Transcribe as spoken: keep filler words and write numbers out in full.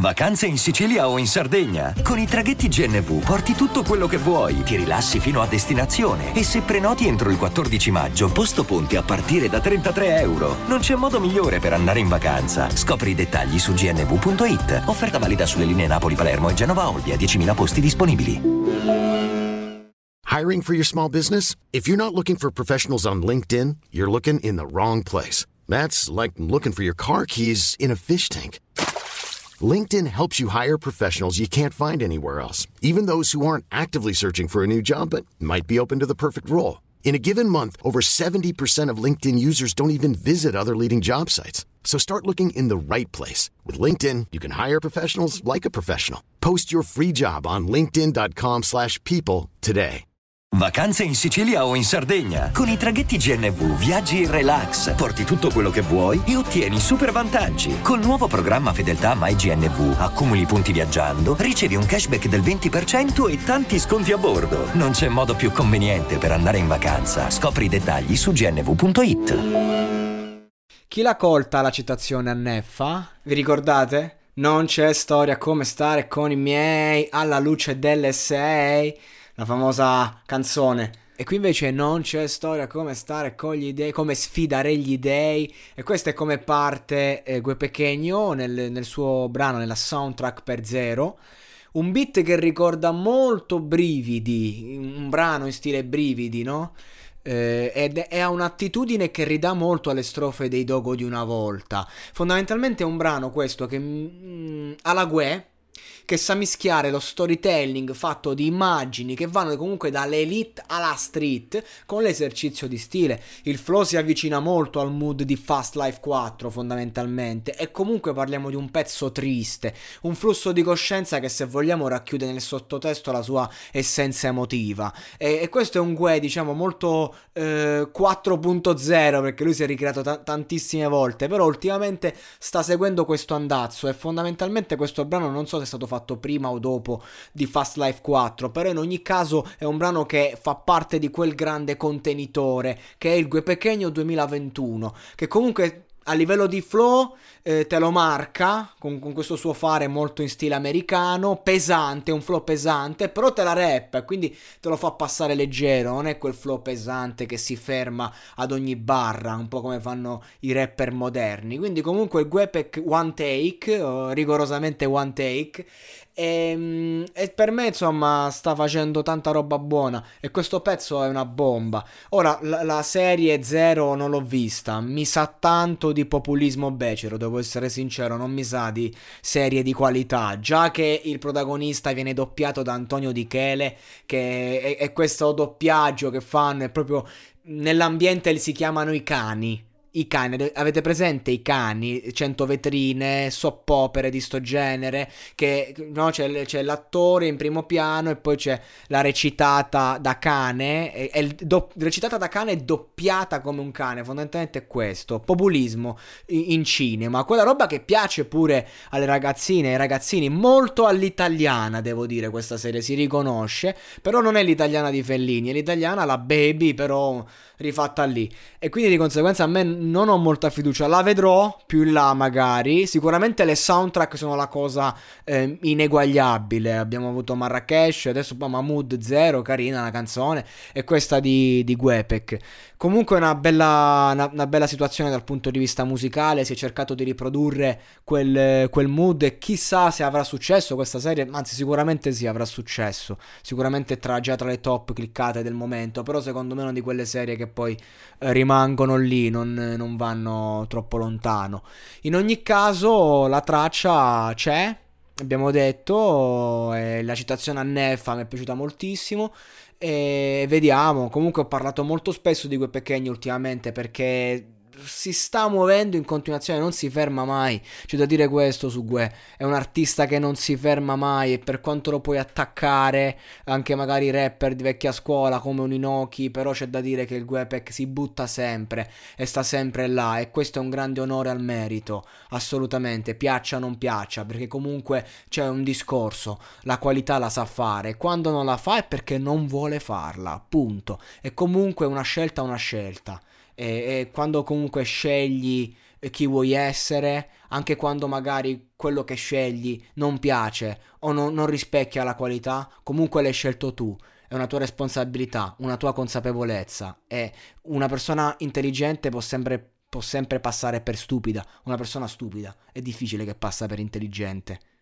Vacanze in Sicilia o in Sardegna? Con i traghetti G N V porti tutto quello che vuoi, ti rilassi fino a destinazione e se prenoti entro il quattordici maggio, posto ponti a partire da trentatré euro. Non c'è modo migliore per andare in vacanza. Scopri i dettagli su g n v punto i t. Offerta valida sulle linee Napoli-Palermo e Genova-Olbia, diecimila posti disponibili. Hiring for your small business? If you're not looking for professionals on LinkedIn, you're looking in the wrong place. That's like looking for your car keys in a fish tank. LinkedIn helps you hire professionals you can't find anywhere else, even those who aren't actively searching for a new job but might be open to the perfect role. In a given month, over seventy percent of LinkedIn users don't even visit other leading job sites. So start looking in the right place. With LinkedIn, you can hire professionals like a professional. Post your free job on linkedin dot com slash people today. Vacanze in Sicilia o in Sardegna? Con i traghetti G N V viaggi in relax, porti tutto quello che vuoi e ottieni super vantaggi. Col nuovo programma Fedeltà MyGNV accumuli punti viaggiando, ricevi un cashback del venti per cento e tanti sconti a bordo. Non c'è modo più conveniente per andare in vacanza. Scopri i dettagli su g n v punto i t. Chi l'ha colta la citazione a Neffa? Vi ricordate? Non c'è storia come stare con i miei alla luce delle sei. La famosa canzone. E qui invece non c'è storia come stare con gli dei, come sfidare gli dei. E questa è come parte eh, Gue Pequeno nel, nel suo brano, nella soundtrack per Zero. Un beat che ricorda molto Brividi, un brano in stile Brividi, no? Eh, ed è, ha un'attitudine che ridà molto alle strofe dei Dogo di una volta. Fondamentalmente è un brano questo che mm, alla Gue, che sa mischiare lo storytelling fatto di immagini che vanno comunque dall'elite alla street con l'esercizio di stile. Il flow si avvicina molto al mood di Fast Life quattro fondamentalmente, e comunque parliamo di un pezzo triste, un flusso di coscienza che, se vogliamo, racchiude nel sottotesto la sua essenza emotiva. E, e questo è un Gue, diciamo, molto eh, quattro punto zero, perché lui si è ricreato t- tantissime volte, però ultimamente sta seguendo questo andazzo, e fondamentalmente questo brano non so se è stato fatto fatto prima o dopo di Fast Life quattro, però in ogni caso è un brano che fa parte di quel grande contenitore che è il Gue Pequeno duemilaventuno, che comunque a livello di flow eh, te lo marca con, con questo suo fare molto in stile americano, pesante, un flow pesante, però te la rappa, quindi te lo fa passare leggero, non è quel flow pesante che si ferma ad ogni barra, un po' come fanno i rapper moderni. Quindi comunque il Guepec one take, o rigorosamente one take, e, e per me insomma sta facendo tanta roba buona, e questo pezzo è una bomba. Ora la, la serie Zero non l'ho vista, mi sa tanto di populismo becero, devo essere sincero, non mi sa di serie di qualità, già che il protagonista viene doppiato da Antonio Di Chele, che è, è questo doppiaggio che fanno, è proprio nell'ambiente, si chiamano i cani. I cani, avete presente i cani, cento vetrine, soap opere di sto genere, che no, c'è, c'è l'attore in primo piano e poi c'è la recitata da cane, e, e do, recitata da cane e doppiata come un cane, fondamentalmente è questo, populismo in, in cinema, quella roba che piace pure alle ragazzine e ai ragazzini, molto all'italiana devo dire, questa serie si riconosce, però non è l'italiana di Fellini, è l'italiana, la Baby, però rifatta lì, e quindi di conseguenza a me non ho molta fiducia, la vedrò più in là magari. Sicuramente le soundtrack sono la cosa eh, ineguagliabile, abbiamo avuto Marrakesh, adesso poi Mahmood Zero, carina la canzone, e questa di, di Guepec. Comunque una bella, una, una bella situazione dal punto di vista musicale, si è cercato di riprodurre quel, quel mood, e chissà se avrà successo questa serie, anzi sicuramente sì, avrà successo, sicuramente tra, già tra le top cliccate del momento, però secondo me è una di quelle serie che poi eh, rimangono lì, non, non vanno troppo lontano. In ogni caso la traccia c'è, abbiamo detto, e la citazione a Neffa mi è piaciuta moltissimo, e vediamo. Comunque ho parlato molto spesso di Gue Pequeno ultimamente, perché si sta muovendo in continuazione, non si ferma mai, c'è da dire questo su Gue, è un artista che non si ferma mai, e per quanto lo puoi attaccare anche magari rapper di vecchia scuola come un Inoki, però c'è da dire che il Guepec si butta sempre e sta sempre là, e questo è un grande onore al merito, assolutamente, piaccia o non piaccia, perché comunque c'è un discorso, la qualità la sa fare, quando non la fa è perché non vuole farla, punto, e comunque una scelta è una scelta. E, e quando comunque scegli chi vuoi essere, anche quando magari quello che scegli non piace o non, non rispecchia la qualità, comunque l'hai scelto tu. È una tua responsabilità, una tua consapevolezza, e una persona intelligente può sempre, può sempre passare per stupida. Una persona stupida è difficile che passa per intelligente.